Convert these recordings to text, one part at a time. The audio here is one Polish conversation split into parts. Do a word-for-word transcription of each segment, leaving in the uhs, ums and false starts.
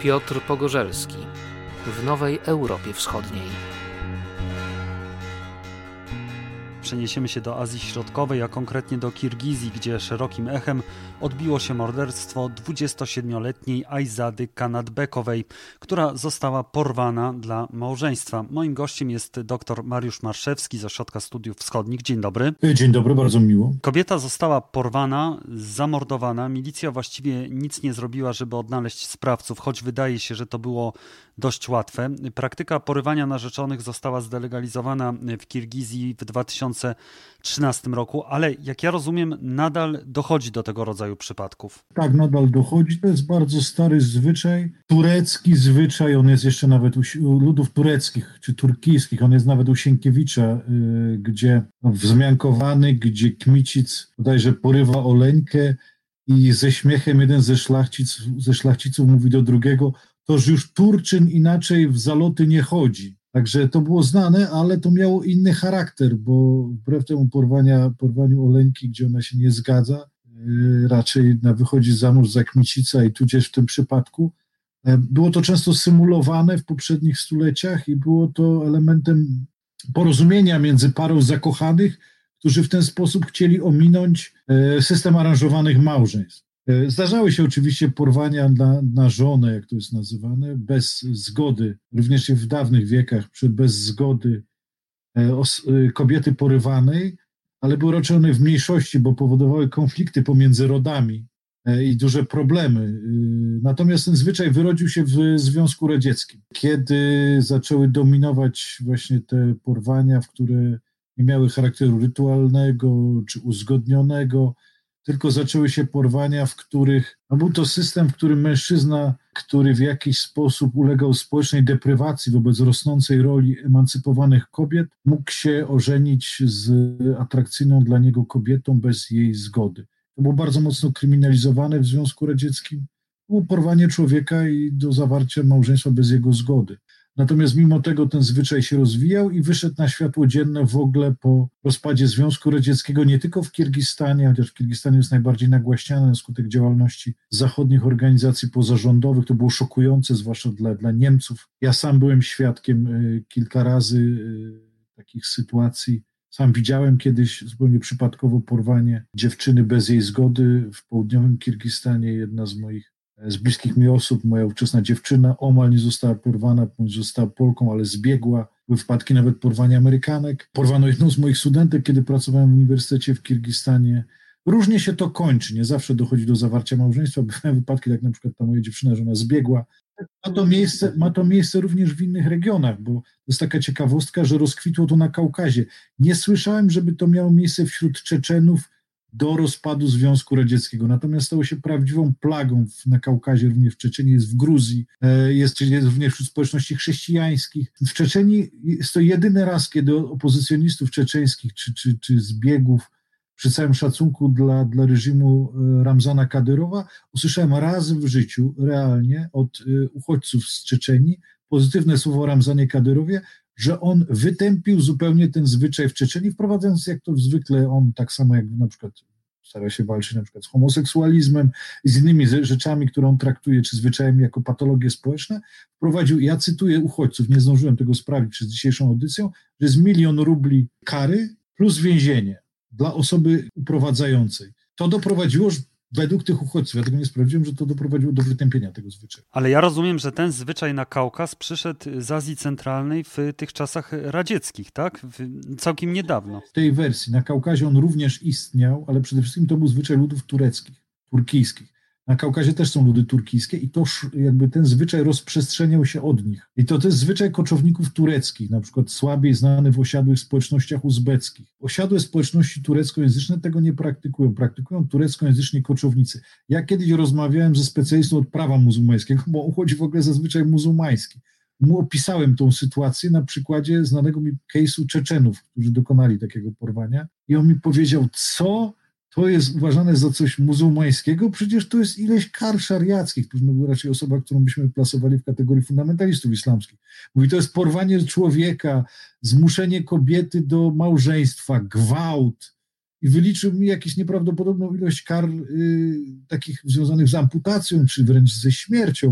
Piotr Pogorzelski w Nowej Europie Wschodniej. Przeniesiemy się do Azji Środkowej, a konkretnie do Kirgizji, gdzie szerokim echem odbiło się morderstwo dwudziestosiedmioletniej Ajzady Kanatbekowej, która została porwana dla małżeństwa. Moim gościem jest dr Mariusz Marszewski z Ośrodka Studiów Wschodnich. Dzień dobry. Dzień dobry, bardzo miło. Kobieta została porwana, zamordowana. Milicja właściwie nic nie zrobiła, żeby odnaleźć sprawców, choć wydaje się, że to było dość łatwe. Praktyka porywania narzeczonych została zdelegalizowana w Kirgizji w dwa tysiące trzynastym roku, ale jak ja rozumiem, nadal dochodzi do tego rodzaju przypadków. Tak, nadal dochodzi. To jest bardzo stary zwyczaj, turecki zwyczaj. On jest jeszcze nawet u, u ludów tureckich czy turkijskich. On jest nawet u Sienkiewicza, yy, gdzie no, wzmiankowany, gdzie Kmicic bodajże porywa Oleńkę i ze śmiechem jeden ze, szlachcic, ze szlachciców mówi do drugiego: toż już Turczyn inaczej w zaloty nie chodzi. Także to było znane, ale to miało inny charakter, bo wbrew temu porwania, porwaniu Oleńki, gdzie ona się nie zgadza, yy, raczej na wychodzi za mąż za Kmicica i tudzież w tym przypadku, yy, było to często symulowane w poprzednich stuleciach i było to elementem porozumienia między parą zakochanych, którzy w ten sposób chcieli ominąć yy, system aranżowanych małżeństw. Zdarzały się oczywiście porwania na, na żonę, jak to jest nazywane, bez zgody, również w dawnych wiekach, bez zgody kobiety porywanej, ale były raczej one w mniejszości, bo powodowały konflikty pomiędzy rodami i duże problemy. Natomiast ten zwyczaj wyrodził się w Związku Radzieckim, kiedy zaczęły dominować właśnie te porwania, w które nie miały charakteru rytualnego czy uzgodnionego, tylko zaczęły się porwania, w których, no był to system, w którym mężczyzna, który w jakiś sposób ulegał społecznej deprywacji wobec rosnącej roli emancypowanych kobiet, mógł się ożenić z atrakcyjną dla niego kobietą bez jej zgody. To było bardzo mocno kryminalizowane w Związku Radzieckim. To było porwanie człowieka i do zawarcia małżeństwa bez jego zgody. Natomiast mimo tego ten zwyczaj się rozwijał i wyszedł na światło dzienne w ogóle po rozpadzie Związku Radzieckiego, nie tylko w Kirgistanie, chociaż w Kirgistanie jest najbardziej nagłaśniane na skutek działalności zachodnich organizacji pozarządowych. To było szokujące, zwłaszcza dla, dla Niemców. Ja sam byłem świadkiem y, kilka razy y, takich sytuacji. Sam widziałem kiedyś zupełnie przypadkowo porwanie dziewczyny bez jej zgody w południowym Kirgistanie. Jedna z moich z bliskich mi osób, moja ówczesna dziewczyna, omal nie została porwana, ponieważ została Polką, ale zbiegła. Były wypadki nawet porwania Amerykanek. Porwano jedną z moich studentek, kiedy pracowałem w uniwersytecie w Kirgistanie. Różnie się to kończy, nie zawsze dochodzi do zawarcia małżeństwa. Bywają wypadki, jak na przykład ta moja dziewczyna, że ona zbiegła. Ma to miejsce, ma to miejsce również w innych regionach, bo to jest taka ciekawostka, że rozkwitło to na Kaukazie. Nie słyszałem, żeby to miało miejsce wśród Czeczenów do rozpadu Związku Radzieckiego. Natomiast stało się prawdziwą plagą na Kaukazie, również w Czeczenii, jest w Gruzji, jest, jest również wśród społeczności chrześcijańskich. W Czeczenii jest to jedyny raz, kiedy opozycjonistów czeczeńskich czy, czy, czy zbiegów, przy całym szacunku dla, dla reżimu Ramzana Kadyrowa, usłyszałem raz w życiu realnie od uchodźców z Czeczenii pozytywne słowo o Ramzanie Kadyrowie, że on wytępił zupełnie ten zwyczaj w Czeczenii, wprowadzając, jak to zwykle on, tak samo jak na przykład stara się walczyć na przykład z homoseksualizmem i z innymi rzeczami, które on traktuje, czy zwyczajami jako patologie społeczne, wprowadził, ja cytuję uchodźców, nie zdążyłem tego sprawdzić przed dzisiejszą audycją, że jest milion rubli kary plus więzienie dla osoby uprowadzającej. To doprowadziło, według tych uchodźców, ja tego nie sprawdziłem, że to doprowadziło do wytępienia tego zwyczaju. Ale ja rozumiem, że ten zwyczaj na Kaukaz przyszedł z Azji Centralnej w tych czasach radzieckich, tak? W, całkiem niedawno. W tej wersji na Kaukazie on również istniał, ale przede wszystkim to był zwyczaj ludów tureckich, turkijskich. Na Kaukazie też są ludy turkijskie i to jakby ten zwyczaj rozprzestrzeniał się od nich. I to, to jest zwyczaj koczowników tureckich, na przykład słabiej znany w osiadłych społecznościach uzbeckich. Osiadłe społeczności tureckojęzyczne tego nie praktykują. Praktykują tureckojęzyczni koczownicy. Ja kiedyś rozmawiałem ze specjalistą od prawa muzułmańskiego, bo on chodzi w ogóle za zwyczaj muzułmański. Mu opisałem tą sytuację na przykładzie znanego mi case'u Czeczenów, którzy dokonali takiego porwania. I on mi powiedział, co... to jest uważane za coś muzułmańskiego, przecież to jest ileś kar szariackich, to no, raczej osoba, którą byśmy plasowali w kategorii fundamentalistów islamskich. Mówi, to jest porwanie człowieka, zmuszenie kobiety do małżeństwa, gwałt. I wyliczył mi jakąś nieprawdopodobną ilość kar y, takich związanych z amputacją, czy wręcz ze śmiercią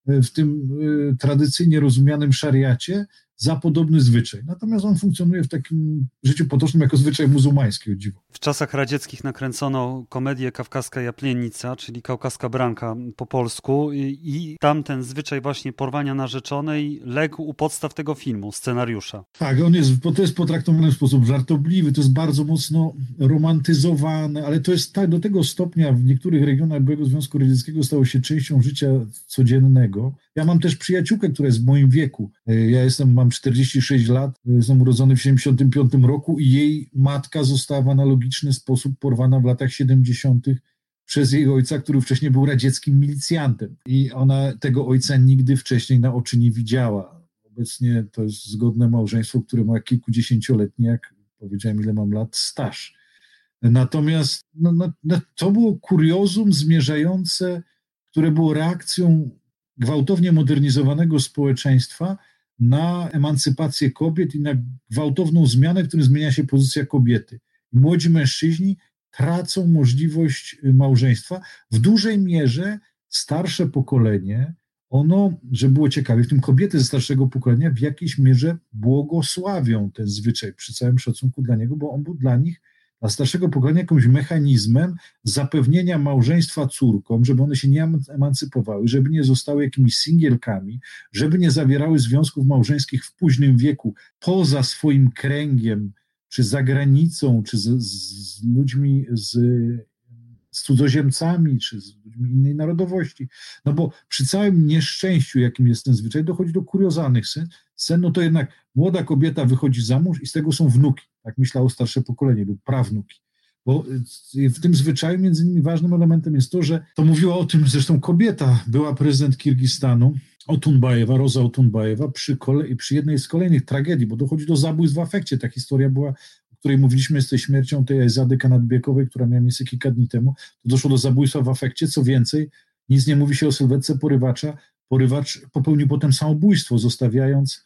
w tym tradycyjnie rozumianym szariacie za podobny zwyczaj. Natomiast on funkcjonuje w takim życiu potocznym jako zwyczaj muzułmański, o dziwo. W czasach radzieckich nakręcono komedię Kawkaska Japlienica, czyli Kaukaska Branka po polsku i, i tam ten zwyczaj właśnie porwania narzeczonej legł u podstaw tego filmu, scenariusza. Tak, on jest, bo to jest potraktowany w sposób żartobliwy, to jest bardzo mocno romantyzowane, ale to jest tak do tego stopnia w niektórych regionach byłego Związku Radzieckiego stało się częścią życia codziennego. Ja mam też przyjaciółkę, która jest w moim wieku. Ja jestem, mam czterdzieści sześć lat, jestem urodzony w siedemdziesiątym piątym roku i jej matka została w analogiczny sposób porwana w latach siedemdziesiątych przez jej ojca, który wcześniej był radzieckim milicjantem. I ona tego ojca nigdy wcześniej na oczy nie widziała. Obecnie to jest zgodne małżeństwo, które ma kilkudziesięcioletni, jak powiedziałem, ile mam lat, staż. Natomiast no, no, to było kuriozum zmierzające, które było reakcją gwałtownie modernizowanego społeczeństwa na emancypację kobiet i na gwałtowną zmianę, w której zmienia się pozycja kobiety. Młodzi mężczyźni tracą możliwość małżeństwa. W dużej mierze starsze pokolenie, ono, że było ciekawie, w tym kobiety ze starszego pokolenia w jakiejś mierze błogosławią ten zwyczaj, przy całym szacunku dla niego, bo on był dla nich, dla starszego pokolenia, jakimś mechanizmem zapewnienia małżeństwa córkom, żeby one się nie emancypowały, żeby nie zostały jakimiś singielkami, żeby nie zawierały związków małżeńskich w późnym wieku poza swoim kręgiem, czy za granicą, czy z, z ludźmi, z, z cudzoziemcami, czy z ludźmi innej narodowości. No bo przy całym nieszczęściu, jakim jest ten zwyczaj, dochodzi do kuriozalnych scen, no to jednak młoda kobieta wychodzi za mąż i z tego są wnuki. Tak myślało starsze pokolenie lub prawnuki. Bo w tym zwyczaju między innymi ważnym elementem jest to, że to mówiła o tym zresztą kobieta, była prezydent Kirgistanu, Otunbajewa, Roza Otunbajewa, przy, kole, przy jednej z kolejnych tragedii, bo dochodzi do zabójstw w afekcie. Ta historia była, o której mówiliśmy, z tej śmiercią tej Ajzady Kanatbiekowej, która miała miejsce kilka dni temu. To doszło do zabójstwa w afekcie. Co więcej, nic nie mówi się o sylwetce porywacza. Porywacz popełnił potem samobójstwo, zostawiając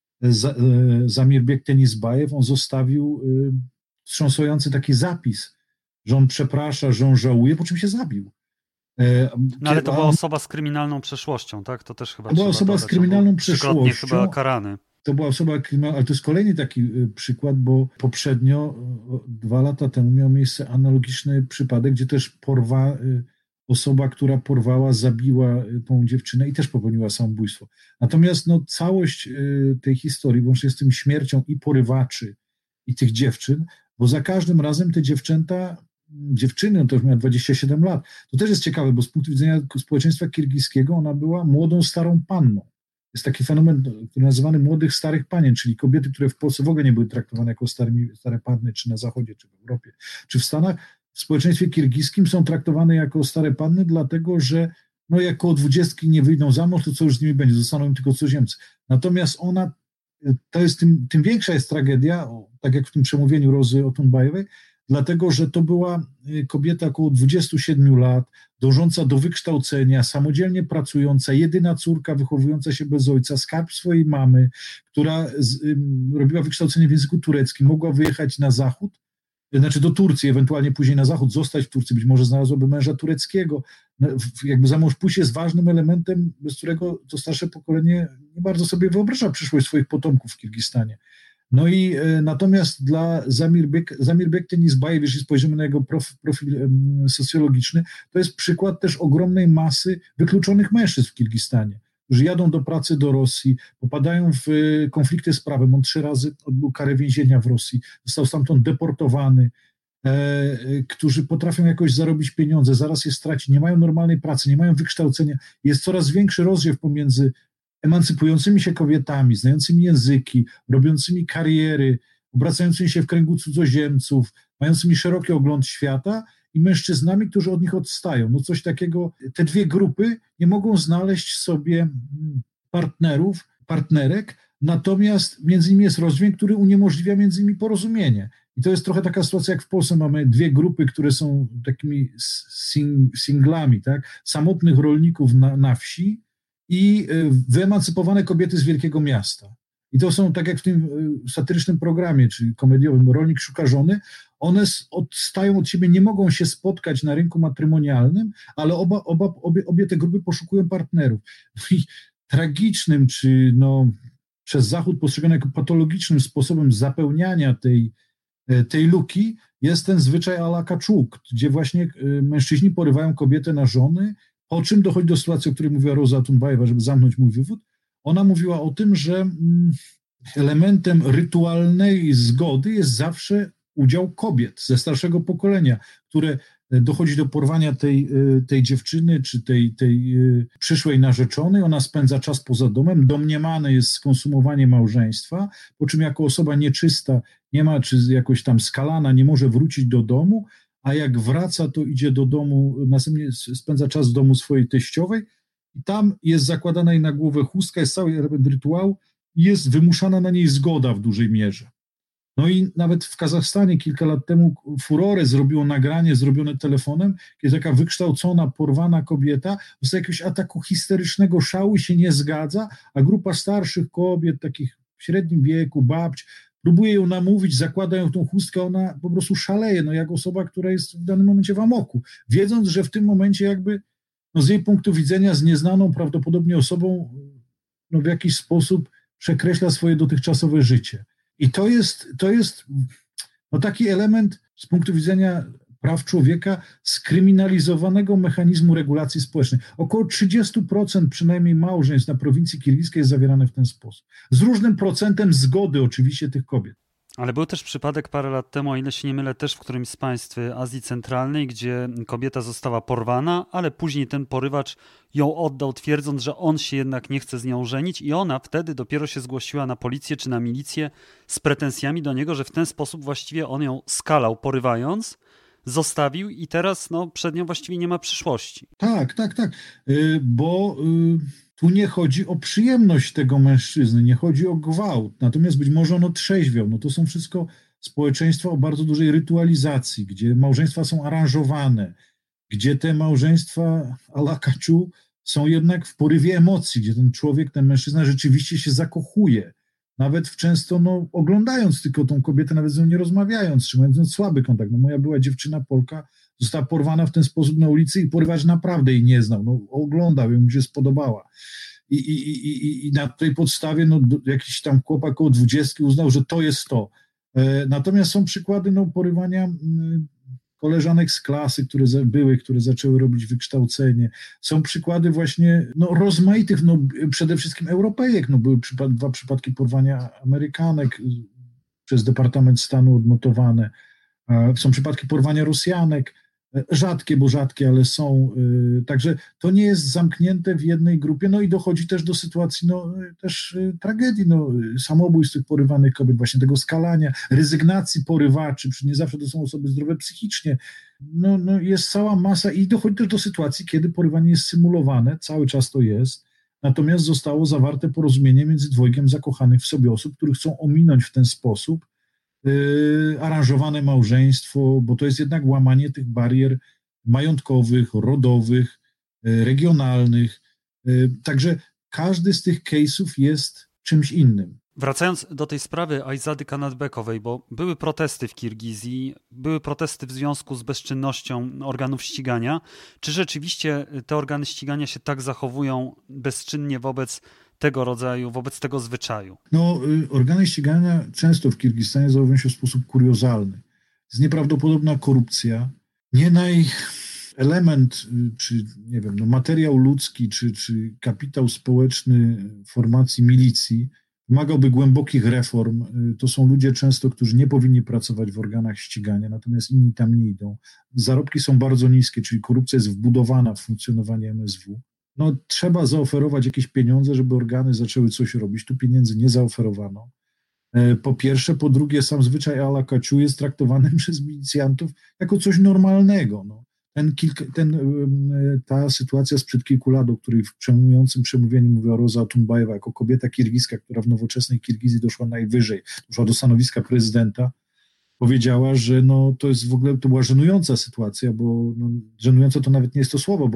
Zamirbek Tenizbajew, on zostawił wstrząsający taki zapis, że on przeprasza, że on żałuje, po czym się zabił. No ale to była osoba z kryminalną przeszłością, tak? To też chyba To była osoba dodać, z kryminalną przeszłością. chyba karany. To była osoba kryminalna, ale to jest kolejny taki przykład, bo poprzednio, dwa lata temu miał miejsce analogiczny przypadek, gdzie też porwa, osoba, która porwała, zabiła tą dziewczynę i też popełniła samobójstwo. Natomiast no, całość tej historii, łącznie z tym śmiercią i porywaczy, i tych dziewczyn, bo za każdym razem te dziewczęta, dziewczyny, no to już miała dwadzieścia siedem lat, to też jest ciekawe, bo z punktu widzenia społeczeństwa kirgiskiego ona była młodą, starą panną. Jest taki fenomen, który nazywany młodych, starych panien, czyli kobiety, które w Polsce w ogóle nie były traktowane jako starymi, stare panny, czy na Zachodzie, czy w Europie, czy w Stanach. W społeczeństwie kirgiskim są traktowane jako stare panny, dlatego że no, jak koło dwudziestki nie wyjdą za mąż, to co już z nimi będzie, zostaną im tylko cudzoziemcy. Natomiast ona, to jest tym, tym większa jest tragedia, tak jak w tym przemówieniu Rozy Otunbajewej, dlatego że to była kobieta około dwudziestu siedmiu lat, dążąca do wykształcenia, samodzielnie pracująca, jedyna córka wychowująca się bez ojca, skarb swojej mamy, która z, y, robiła wykształcenie w języku tureckim, mogła wyjechać na zachód, znaczy do Turcji, ewentualnie później na zachód, zostać w Turcji, być może znalazłoby męża tureckiego. Jakby za mąż pójść jest ważnym elementem, bez którego to starsze pokolenie nie bardzo sobie wyobraża przyszłość swoich potomków w Kirgistanie. No i e, natomiast dla Zamirbek, Zamirbek Tenizbajew, jeśli spojrzymy na jego prof, profil e, socjologiczny, to jest przykład też ogromnej masy wykluczonych mężczyzn w Kirgistanie, którzy jadą do pracy do Rosji, popadają w e, konflikty z prawem. On trzy razy odbył karę więzienia w Rosji, został stamtąd deportowany, e, e, którzy potrafią jakoś zarobić pieniądze, zaraz je straci, nie mają normalnej pracy, nie mają wykształcenia. Jest coraz większy rozdziew pomiędzy emancypującymi się kobietami, znającymi języki, robiącymi kariery, obracającymi się w kręgu cudzoziemców, mającymi szeroki ogląd świata i mężczyznami, którzy od nich odstają. No coś takiego, te dwie grupy nie mogą znaleźć sobie partnerów, partnerek, natomiast między nimi jest rozdźwięk, który uniemożliwia między nimi porozumienie. I to jest trochę taka sytuacja, jak w Polsce mamy dwie grupy, które są takimi sing- singlami, tak? Samotnych rolników na, na wsi, i wyemancypowane kobiety z wielkiego miasta. I to są, tak jak w tym satyrycznym programie, czy komediowym, Rolnik szuka żony, one odstają od siebie, nie mogą się spotkać na rynku matrymonialnym, ale oba, oba, obie, obie te grupy poszukują partnerów. I tragicznym, czy no, przez Zachód postrzegane jako patologicznym sposobem zapełniania tej, tej luki jest ten zwyczaj à la Kaczuk, gdzie właśnie mężczyźni porywają kobietę na żony, po czym dochodzi do sytuacji, o której mówiła Roza Otunbajewa, żeby zamknąć mój wywód. Ona mówiła o tym, że elementem rytualnej zgody jest zawsze udział kobiet ze starszego pokolenia, które dochodzi do porwania tej, tej dziewczyny czy tej, tej przyszłej narzeczonej. Ona spędza czas poza domem, domniemane jest skonsumowanie małżeństwa, po czym jako osoba nieczysta nie ma, czy jakoś tam skalana, nie może wrócić do domu, a jak wraca, to idzie do domu, następnie spędza czas w domu swojej teściowej i tam jest zakładana jej na głowę chustka, jest cały element rytuału i jest wymuszana na niej zgoda w dużej mierze. No i nawet w Kazachstanie kilka lat temu furorę zrobiło nagranie zrobione telefonem, kiedy taka wykształcona, porwana kobieta z jakiegoś ataku histerycznego szału się nie zgadza, a grupa starszych kobiet, takich w średnim wieku, babć, próbuje ją namówić, zakłada ją w tą chustkę, ona po prostu szaleje, no jak osoba, która jest w danym momencie w amoku, wiedząc, że w tym momencie jakby no z jej punktu widzenia z nieznaną prawdopodobnie osobą no w jakiś sposób przekreśla swoje dotychczasowe życie. I to jest, to jest no taki element z punktu widzenia praw człowieka skryminalizowanego mechanizmu regulacji społecznej. Około trzydzieści procent przynajmniej małżeństw na prowincji kirgiskiej jest zawierane w ten sposób. Z różnym procentem zgody oczywiście tych kobiet. Ale był też przypadek parę lat temu, o ile się nie mylę, też w którymś z państw Azji Centralnej, gdzie kobieta została porwana, ale później ten porywacz ją oddał, twierdząc, że on się jednak nie chce z nią żenić i ona wtedy dopiero się zgłosiła na policję czy na milicję z pretensjami do niego, że w ten sposób właściwie on ją skalał, porywając, zostawił i teraz no, przed nią właściwie nie ma przyszłości. Tak, tak, tak, yy, bo... Yy... Tu nie chodzi o przyjemność tego mężczyzny, nie chodzi o gwałt, natomiast być może on otrzeźwiał. No to są wszystko społeczeństwa o bardzo dużej rytualizacji, gdzie małżeństwa są aranżowane, gdzie te małżeństwa à la Kaczuk są jednak w porywie emocji, gdzie ten człowiek, ten mężczyzna rzeczywiście się zakochuje. Nawet w często no, oglądając tylko tą kobietę, nawet z nią nie rozmawiając, trzymając słaby kontakt. No, moja była dziewczyna Polka, została porwana w ten sposób na ulicy i porywacz naprawdę jej nie znał. No, oglądał ją, mu się spodobała. I, i, i, i na tej podstawie no, jakiś tam chłopak około dwudziestki uznał, że to jest to. E, natomiast są przykłady no, porywania m, koleżanek z klasy, które były, które zaczęły robić wykształcenie. Są przykłady właśnie no, rozmaitych, no, przede wszystkim Europejek. No, były przypad- dwa przypadki porwania Amerykanek przez Departament Stanu odnotowane. E, są przypadki porwania Rosjanek. Rzadkie, bo rzadkie, ale są. Także to nie jest zamknięte w jednej grupie. No i dochodzi też do sytuacji no, też tragedii, no, samobójstw tych porywanych kobiet, właśnie tego skalania, rezygnacji porywaczy, przy nie zawsze to są osoby zdrowe psychicznie. No, no jest cała masa i dochodzi też do sytuacji, kiedy porywanie jest symulowane, cały czas to jest, natomiast zostało zawarte porozumienie między dwojgiem zakochanych w sobie osób, których chcą ominąć w ten sposób, Yy, aranżowane małżeństwo, bo to jest jednak łamanie tych barier majątkowych, rodowych, yy, regionalnych. Yy, także każdy z tych case'ów jest czymś innym. Wracając do tej sprawy Ajzady Kanatbekowej, bo były protesty w Kirgizji, były protesty w związku z bezczynnością organów ścigania. Czy rzeczywiście te organy ścigania się tak zachowują bezczynnie wobec tego rodzaju, wobec tego zwyczaju? No, organy ścigania często w Kirgistanie zachowują się w sposób kuriozalny. Jest nieprawdopodobna korupcja. Nie naj element, czy nie wiem, no materiał ludzki, czy, czy kapitał społeczny formacji milicji wymagałby głębokich reform. To są ludzie często, którzy nie powinni pracować w organach ścigania, natomiast inni tam nie idą. Zarobki są bardzo niskie, czyli korupcja jest wbudowana w funkcjonowanie M S W. No, trzeba zaoferować jakieś pieniądze, żeby organy zaczęły coś robić. Tu pieniędzy nie zaoferowano. Po pierwsze, po drugie, sam zwyczaj à la Kaczuk jest traktowany przez milicjantów jako coś normalnego. No. Ten kilka, ten, ta sytuacja sprzed kilku lat, o której w przejmującym przemówieniu mówiła Roza Otunbajewa, jako kobieta kirgiska, która w nowoczesnej Kirgizji doszła najwyżej, doszła do stanowiska prezydenta, powiedziała, że no, to jest w ogóle, to była żenująca sytuacja, bo no, żenująca to nawet nie jest to słowo, bo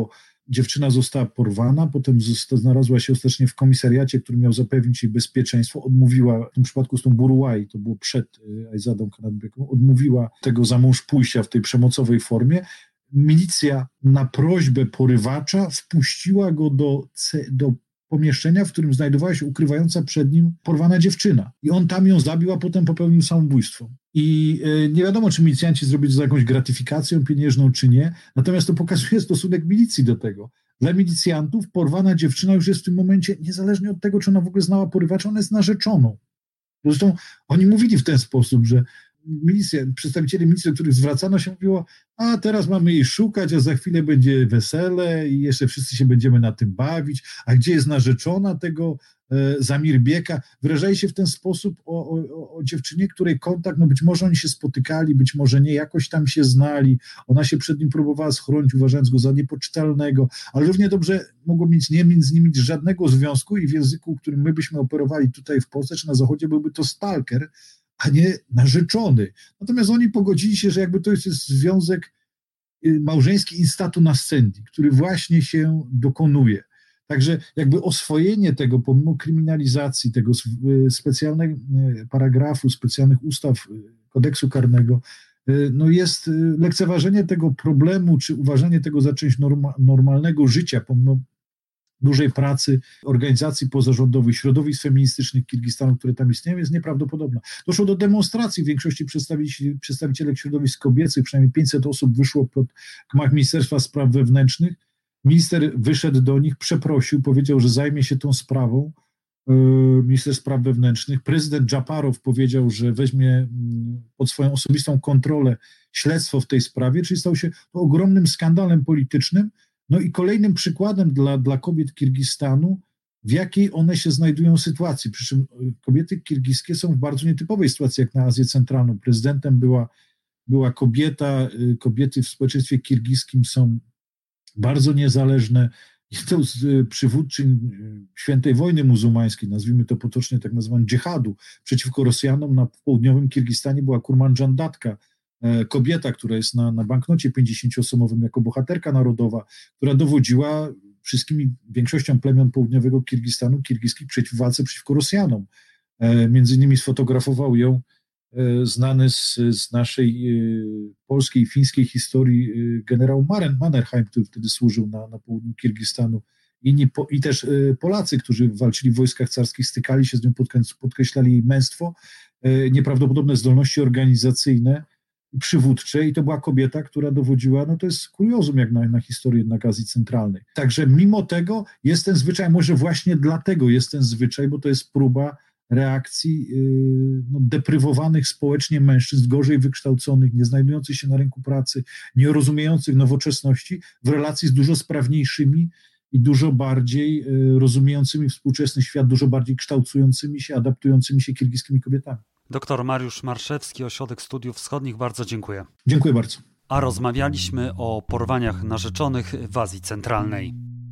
dziewczyna została porwana, potem zosta- znalazła się ostatecznie w komisariacie, który miał zapewnić jej bezpieczeństwo. Odmówiła, w tym przypadku z tą Buruai, to było przed Aizadą Kanatbeką, odmówiła tego za mąż pójścia w tej przemocowej formie. Milicja na prośbę porywacza wpuściła go do, do pomieszczenia, w którym znajdowała się ukrywająca przed nim porwana dziewczyna. I on tam ją zabił, a potem popełnił samobójstwo. I y, nie wiadomo, czy milicjanci zrobili to z jakąś gratyfikacją pieniężną, czy nie. Natomiast to pokazuje stosunek milicji do tego. Dla milicjantów porwana dziewczyna już jest w tym momencie, niezależnie od tego, czy ona w ogóle znała porywacza, ona jest narzeczoną. Zresztą oni mówili w ten sposób, że milicja, przedstawiciele milicji, do których zwracano się, mówiło, a teraz mamy jej szukać, a za chwilę będzie wesele i jeszcze wszyscy się będziemy na tym bawić, a gdzie jest narzeczona tego e, Zamirbieka? Wyrażali się w ten sposób o, o, o dziewczynie, której kontakt, no być może oni się spotykali, być może nie, jakoś tam się znali, ona się przed nim próbowała schronić, uważając go za niepoczytalnego, ale równie dobrze mogło mieć nie mieć z nim żadnego związku i w języku, którym my byśmy operowali tutaj w Polsce czy na Zachodzie, byłby to stalker, a nie narzeczony. Natomiast oni pogodzili się, że jakby to jest związek małżeński instatu nascendi, który właśnie się dokonuje. Także jakby oswojenie tego, pomimo kryminalizacji, tego specjalnego paragrafu, specjalnych ustaw kodeksu karnego, no jest lekceważenie tego problemu, czy uważanie tego za część norma, normalnego życia, pomimo dużej pracy organizacji pozarządowych, środowisk feministycznych Kirgistanu, które tam istnieją, jest nieprawdopodobna. Doszło do demonstracji, w większości przedstawicieli, przedstawicielek środowisk kobiecych, przynajmniej pięćset osób wyszło pod gmach Ministerstwa Spraw Wewnętrznych. Minister wyszedł do nich, przeprosił, powiedział, że zajmie się tą sprawą, yy, minister spraw wewnętrznych. Prezydent Dżaparow powiedział, że weźmie pod swoją osobistą kontrolę śledztwo w tej sprawie, czyli stał się to ogromnym skandalem politycznym. No i kolejnym przykładem dla, dla kobiet Kirgistanu, w jakiej one się znajdują sytuacji. Przy czym kobiety kirgiskie są w bardzo nietypowej sytuacji, jak na Azję Centralną. Prezydentem była, była kobieta, kobiety w społeczeństwie kirgiskim są bardzo niezależne. Jedną z przywódczyń świętej wojny muzułmańskiej, nazwijmy to potocznie tak nazwanym dżihadu, przeciwko Rosjanom na południowym Kirgistanie była Kurmanjan Datka, kobieta, która jest na, na banknocie pięćdziesięcioosobowym jako bohaterka narodowa, która dowodziła wszystkimi, większością plemion południowego Kirgistanu, kirgiskich przeciw walce przeciwko Rosjanom. E, między innymi sfotografował ją e, znany z, z naszej e, polskiej i fińskiej historii e, generał Maren, Mannerheim, który wtedy służył na, na południu Kirgistanu. Inni po, I też e, Polacy, którzy walczyli w wojskach carskich, stykali się z nią, podkreślali jej męstwo, e, nieprawdopodobne zdolności organizacyjne, przywódcze i to była kobieta, która dowodziła, no to jest kuriozum jak na, na historię jednak Azji Centralnej. Także mimo tego jest ten zwyczaj, może właśnie dlatego jest ten zwyczaj, bo to jest próba reakcji yy, no, deprywowanych społecznie mężczyzn, gorzej wykształconych, nie znajdujących się na rynku pracy, nie rozumiejących nowoczesności w relacji z dużo sprawniejszymi i dużo bardziej yy, rozumiejącymi współczesny świat, dużo bardziej kształtującymi się, adaptującymi się kirgiskimi kobietami. Doktor Mariusz Marszewski, Ośrodek Studiów Wschodnich, bardzo dziękuję. Dziękuję bardzo. A rozmawialiśmy o porwaniach narzeczonych w Azji Centralnej.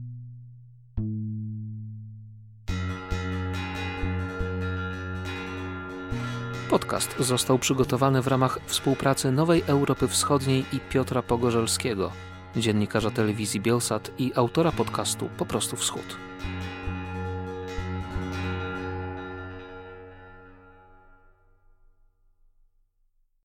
Podcast został przygotowany w ramach współpracy Nowej Europy Wschodniej i Piotra Pogorzelskiego, dziennikarza telewizji Bielsat i autora podcastu Po prostu Wschód.